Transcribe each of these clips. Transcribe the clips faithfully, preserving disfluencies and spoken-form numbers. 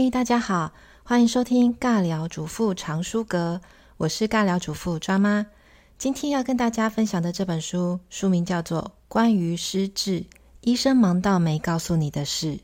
嗨，大家好，欢迎收听尬聊主妇藏书阁，我是尬聊主妇抓妈。今天要跟大家分享的这本书，书名叫做《关于失智，医生忙到没告诉你的事》。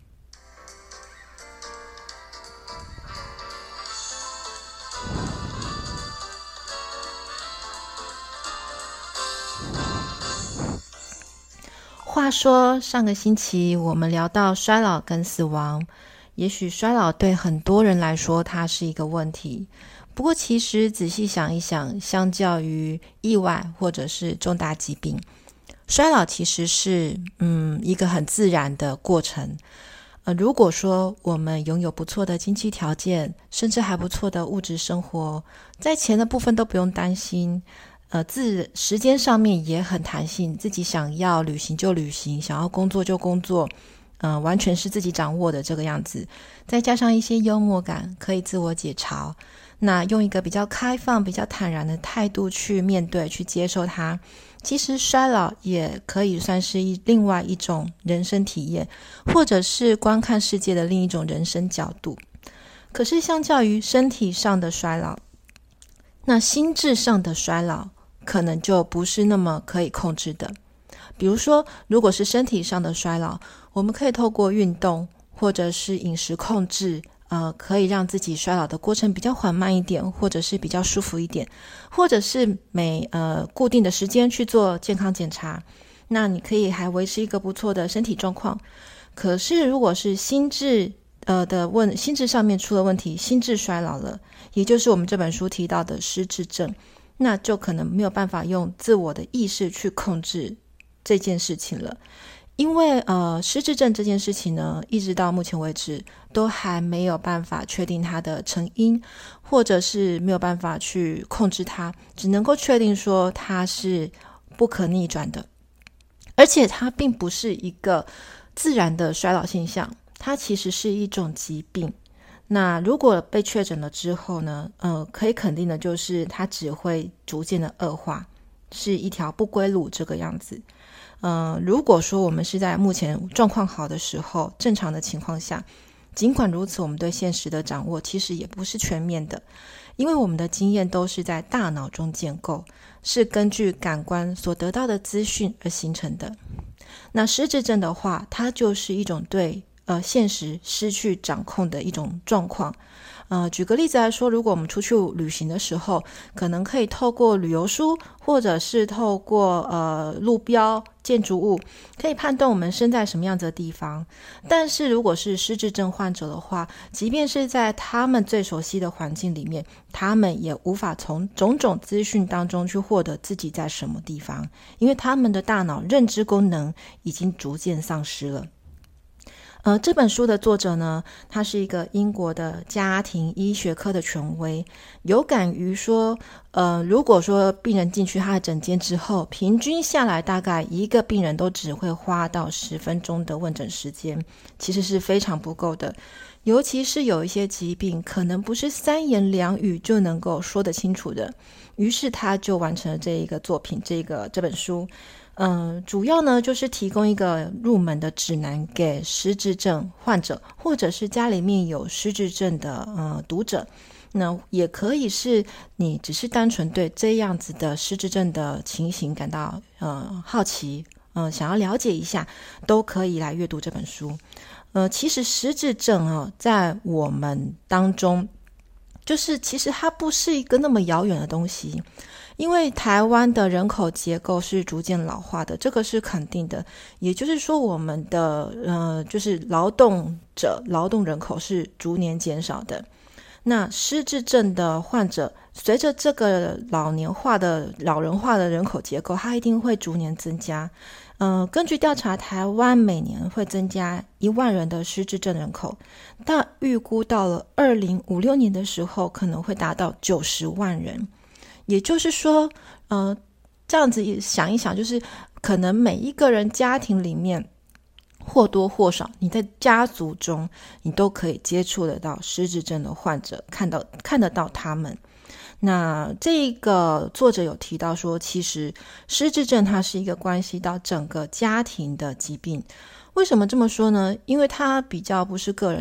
话说上个星期我们聊到衰老跟死亡，也许衰老对很多人来说它是一个问题，不过其实仔细想一想，相较于意外或者是重大疾病，衰老其实是嗯一个很自然的过程。呃，如果说我们拥有不错的经济条件，甚至还不错的物质生活，在钱的部分都不用担心，呃，自时间上面也很弹性，自己想要旅行就旅行，想要工作就工作，呃，完全是自己掌握的这个样子。再加上一些幽默感，可以自我解嘲，那用一个比较开放、比较坦然的态度去面对、去接受它。其实衰老也可以算是一另外一种人生体验，或者是观看世界的另一种人生角度。可是相较于身体上的衰老，那心智上的衰老可能就不是那么可以控制的。比如说，如果是身体上的衰老，我们可以透过运动或者是饮食控制，呃，可以让自己衰老的过程比较缓慢一点，或者是比较舒服一点，或者是每呃固定的时间去做健康检查，那你可以还维持一个不错的身体状况。可是如果是心智呃的问心智上面出了问题，心智衰老了，也就是我们这本书提到的失智症，那就可能没有办法用自我的意识去控制这件事情了。因为呃，失智症这件事情呢，一直到目前为止都还没有办法确定它的成因，或者是没有办法去控制它，只能够确定说它是不可逆转的，而且它并不是一个自然的衰老现象，它其实是一种疾病。那如果被确诊了之后呢，呃，可以肯定的就是它只会逐渐的恶化，是一条不归路这个样子。呃，如果说我们是在目前状况好的时候，正常的情况下，尽管如此，我们对现实的掌握其实也不是全面的，因为我们的经验都是在大脑中建构，是根据感官所得到的资讯而形成的。那失智症的话，它就是一种对呃现实失去掌控的一种状况。呃，举个例子来说，如果我们出去旅行的时候，可能可以透过旅游书，或者是透过呃路标、建筑物，可以判断我们身在什么样子的地方。但是如果是失智症患者的话，即便是在他们最熟悉的环境里面，他们也无法从种种资讯当中去获得自己在什么地方，因为他们的大脑认知功能已经逐渐丧失了。呃，这本书的作者呢，他是一个英国的家庭医学科的权威，有感于说，呃，如果说病人进去他的诊间之后，平均下来大概一个病人都只会花到十分钟的问诊时间，其实是非常不够的。尤其是有一些疾病，可能不是三言两语就能够说得清楚的，于是他就完成了这一个作品，这个这本书。嗯、呃，主要呢就是提供一个入门的指南给失智症患者，或者是家里面有失智症的呃读者。那也可以是你只是单纯对这样子的失智症的情形感到呃好奇，呃想要了解一下，都可以来阅读这本书。呃，其实失智症啊、哦，在我们当中，就是其实它不是一个那么遥远的东西。因为台湾的人口结构是逐渐老化的，这个是肯定的。也就是说，我们的呃，就是劳动者、劳动人口是逐年减少的。那失智症的患者，随着这个老年化的、老人化的人口结构，它一定会逐年增加。呃，根据调查，台湾每年会增加一万人的失智症人口，但预估到了二零五六年的时候，可能会达到九十万人。也就是说，呃，这样子想一想，就是可能每一个人家庭里面或多或少，你在家族中，你都可以接触得到失智症的患者，看到看得到他们。那这个作者有提到说，其实失智症它是一个关系到整个家庭的疾病。为什么这么说呢？因为它比较不是个人的，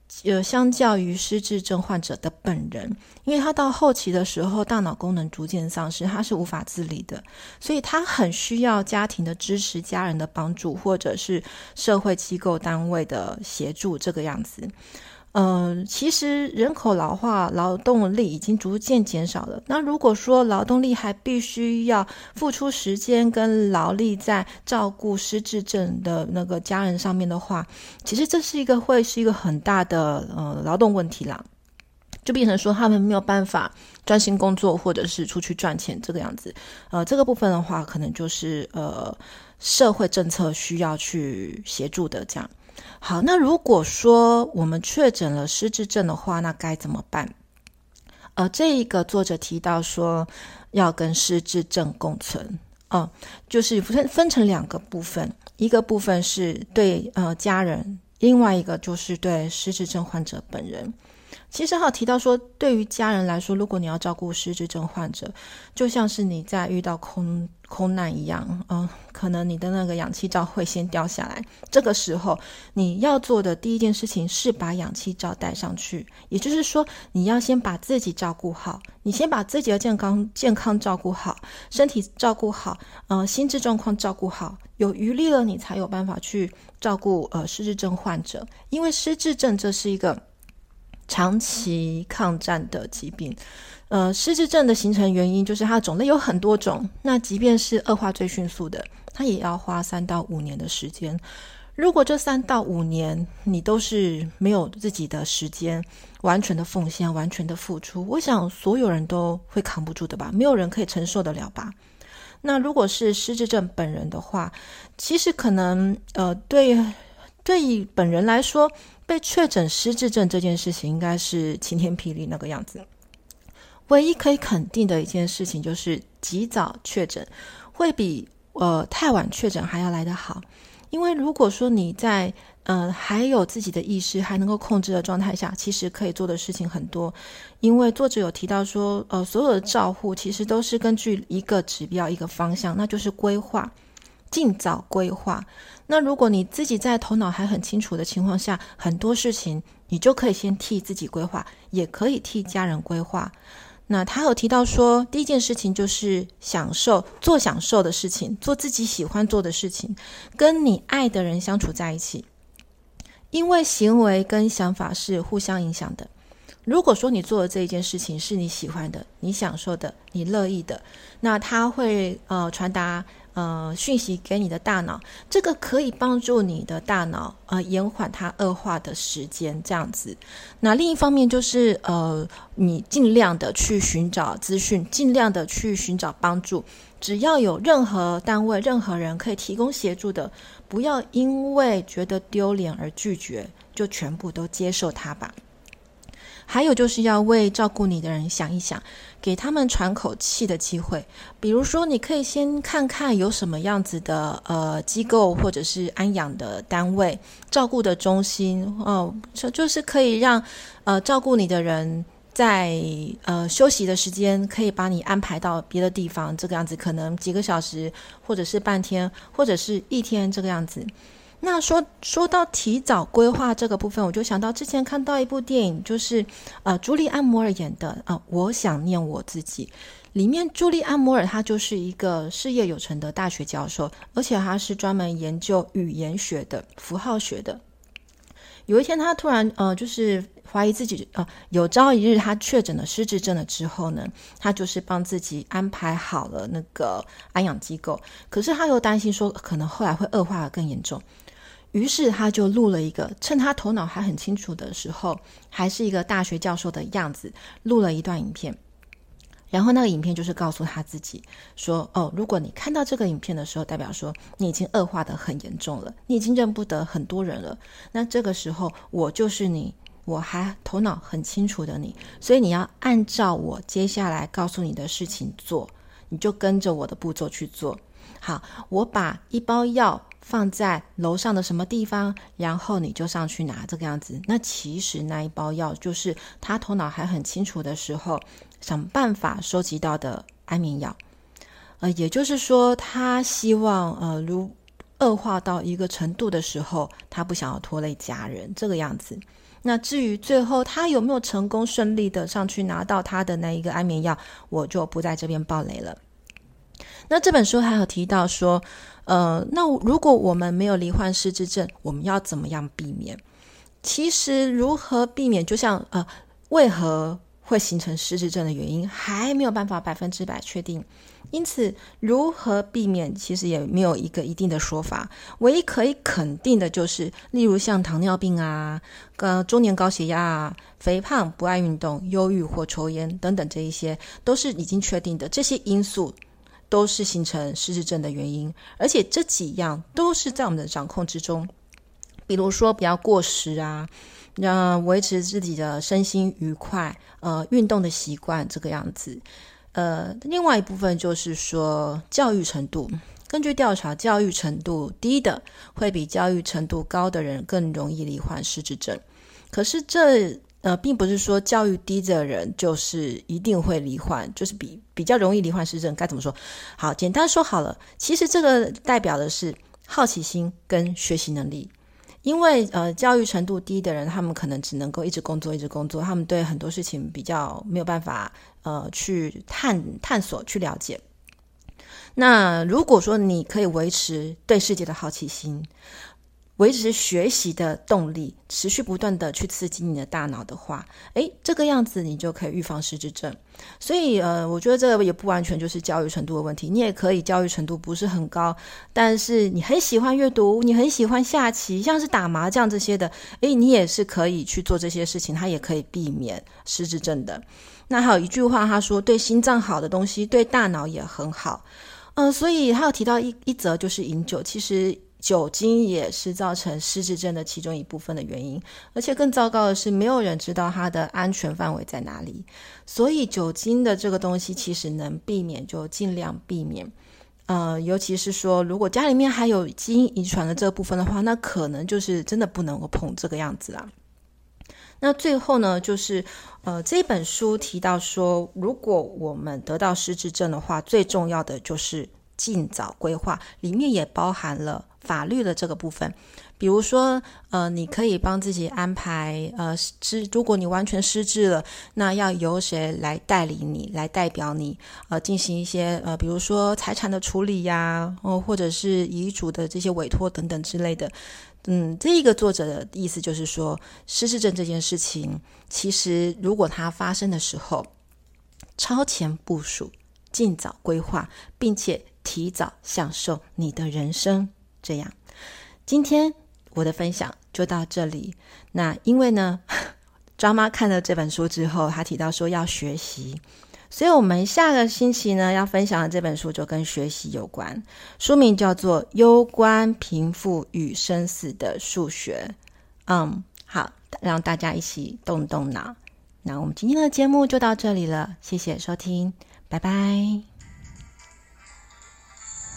呃，相较于失智症患者的本人，因为他到后期的时候大脑功能逐渐丧失，他是无法自理的，所以他很需要家庭的支持、家人的帮助，或者是社会机构单位的协助，这个样子。呃，其实人口老化，劳动力已经逐渐减少了。那如果说劳动力还必须要付出时间跟劳力在照顾失智症的那个家人上面的话，其实这是一个会是一个很大的呃劳动问题啦，就变成说他们没有办法专心工作，或者是出去赚钱这个样子。呃，这个部分的话，可能就是呃社会政策需要去协助的这样。好，那如果说我们确诊了失智症的话，那该怎么办？呃，这一个作者提到说，要跟失智症共存，嗯、呃，就是分分成两个部分，一个部分是对呃家人，另外一个就是对失智症患者本人。其实还有提到说，对于家人来说，如果你要照顾失智症患者，就像是你在遇到空空难一样，嗯、呃，可能你的那个氧气罩会先掉下来，这个时候你要做的第一件事情是把氧气罩戴上去，也就是说，你要先把自己照顾好，你先把自己的健康健康照顾好，身体照顾好，呃，心智状况照顾好，有余力了，你才有办法去照顾呃失智症患者，因为失智症这是一个长期抗战的疾病。呃，失智症的形成原因就是它的种类有很多种，那即便是恶化最迅速的，它也要花三到五年的时间。如果这三到五年你都是没有自己的时间完全的奉献、完全的付出，我想所有人都会扛不住的吧，没有人可以承受得了吧。那如果是失智症本人的话，其实可能呃对对于本人来说，被确诊失智症这件事情应该是晴天霹雳那个样子。唯一可以肯定的一件事情就是及早确诊会比呃太晚确诊还要来得好。因为如果说你在呃还有自己的意识还能够控制的状态下，其实可以做的事情很多。因为作者有提到说呃所有的照护其实都是根据一个指标一个方向，那就是规划，尽早规划。那如果你自己在头脑还很清楚的情况下，很多事情你就可以先替自己规划，也可以替家人规划。那他有提到说，第一件事情就是享受，做享受的事情，做自己喜欢做的事情，跟你爱的人相处在一起。因为行为跟想法是互相影响的。如果说你做的这一件事情是你喜欢的，你享受的，你乐意的，那它会呃传达呃讯息给你的大脑，这个可以帮助你的大脑呃延缓它恶化的时间，这样子。那另一方面就是呃你尽量的去寻找资讯，尽量的去寻找帮助，只要有任何单位任何人可以提供协助的，不要因为觉得丢脸而拒绝，就全部都接受它吧。还有就是要为照顾你的人想一想，给他们喘口气的机会。比如说你可以先看看有什么样子的呃机构或者是安养的单位，照顾的中心哦，就就是可以让呃照顾你的人在呃休息的时间可以把你安排到别的地方，这个样子可能几个小时或者是半天或者是一天这个样子。那说说到提早规划这个部分，我就想到之前看到一部电影，就是呃朱莉安摩尔演的啊、呃，我想念我自己。里面朱莉安摩尔她就是一个事业有成的大学教授，而且她是专门研究语言学的、符号学的。有一天她突然呃就是怀疑自己呃有朝一日她确诊了失智症了之后呢，她就是帮自己安排好了那个安养机构，可是她又担心说可能后来会恶化得更严重。于是他就录了一个，趁他头脑还很清楚的时候，还是一个大学教授的样子，录了一段影片。然后那个影片就是告诉他自己说，哦，如果你看到这个影片的时候，代表说你已经恶化得很严重了，你已经认不得很多人了。那这个时候我就是你，我还头脑很清楚的你，所以你要按照我接下来告诉你的事情做，你就跟着我的步骤去做。好，我把一包药放在楼上的什么地方，然后你就上去拿，这个样子。那其实那一包药就是他头脑还很清楚的时候想办法收集到的安眠药。呃，也就是说他希望呃，如恶化到一个程度的时候，他不想要拖累家人，这个样子。 那至于最后他有没有成功顺利的上去拿到他的那一个安眠药，我就不在这边爆雷了。那这本书还有提到说，呃，那如果我们没有罹患失智症，我们要怎么样避免？其实如何避免，就像呃，为何会形成失智症的原因，还没有办法百分之百确定。因此，如何避免，其实也没有一个一定的说法。唯一可以肯定的就是，例如像糖尿病啊、呃中年高血压啊、肥胖、不爱运动、忧郁或抽烟等等，这一些都是已经确定的，这些因素都是形成失智症的原因，而且这几样都是在我们的掌控之中。比如说不要过食啊，让维持自己的身心愉快，呃，运动的习惯这个样子。呃，另外一部分就是说教育程度。根据调查，教育程度低的会比教育程度高的人更容易罹患失智症。可是这呃，并不是说教育低的人就是一定会罹患，就是比比较容易罹患失智症。该怎么说？好，简单说好了，其实这个代表的是好奇心跟学习能力。因为呃，教育程度低的人，他们可能只能够一直工作一直工作，他们对很多事情比较没有办法呃去探探索去了解。那如果说你可以维持对世界的好奇心，维持学习的动力，持续不断的去刺激你的大脑的话，诶，这个样子你就可以预防失智症。所以呃，我觉得这个也不完全就是教育程度的问题，你也可以教育程度不是很高，但是你很喜欢阅读，你很喜欢下棋，像是打麻将这些的，诶，你也是可以去做这些事情，它也可以避免失智症的。那还有一句话，他说对心脏好的东西对大脑也很好。呃，所以他有提到一一则就是饮酒，其实酒精也是造成失智症的其中一部分的原因，而且更糟糕的是没有人知道它的安全范围在哪里，所以酒精的这个东西其实能避免就尽量避免。呃，尤其是说如果家里面还有基因遗传的这部分的话，那可能就是真的不能够碰这个样子啦。那最后呢，就是呃，这本书提到说，如果我们得到失智症的话，最重要的就是尽早规划，里面也包含了法律的这个部分。比如说呃，你可以帮自己安排呃，失如果你完全失智了，那要由谁来代理你，来代表你呃，进行一些呃，比如说财产的处理呀、哦，或者是遗嘱的这些委托等等之类的。嗯，这一个作者的意思就是说，失智症这件事情，其实如果它发生的时候，超前部署，尽早规划，并且提早享受你的人生。这样，今天我的分享就到这里。那因为呢，张妈看了这本书之后，她提到说要学习，所以我们下个星期呢要分享的这本书就跟学习有关，书名叫做《攸关贫富与生死的数学》。嗯，好，让大家一起动动脑。那我们今天的节目就到这里了，谢谢收听，拜拜。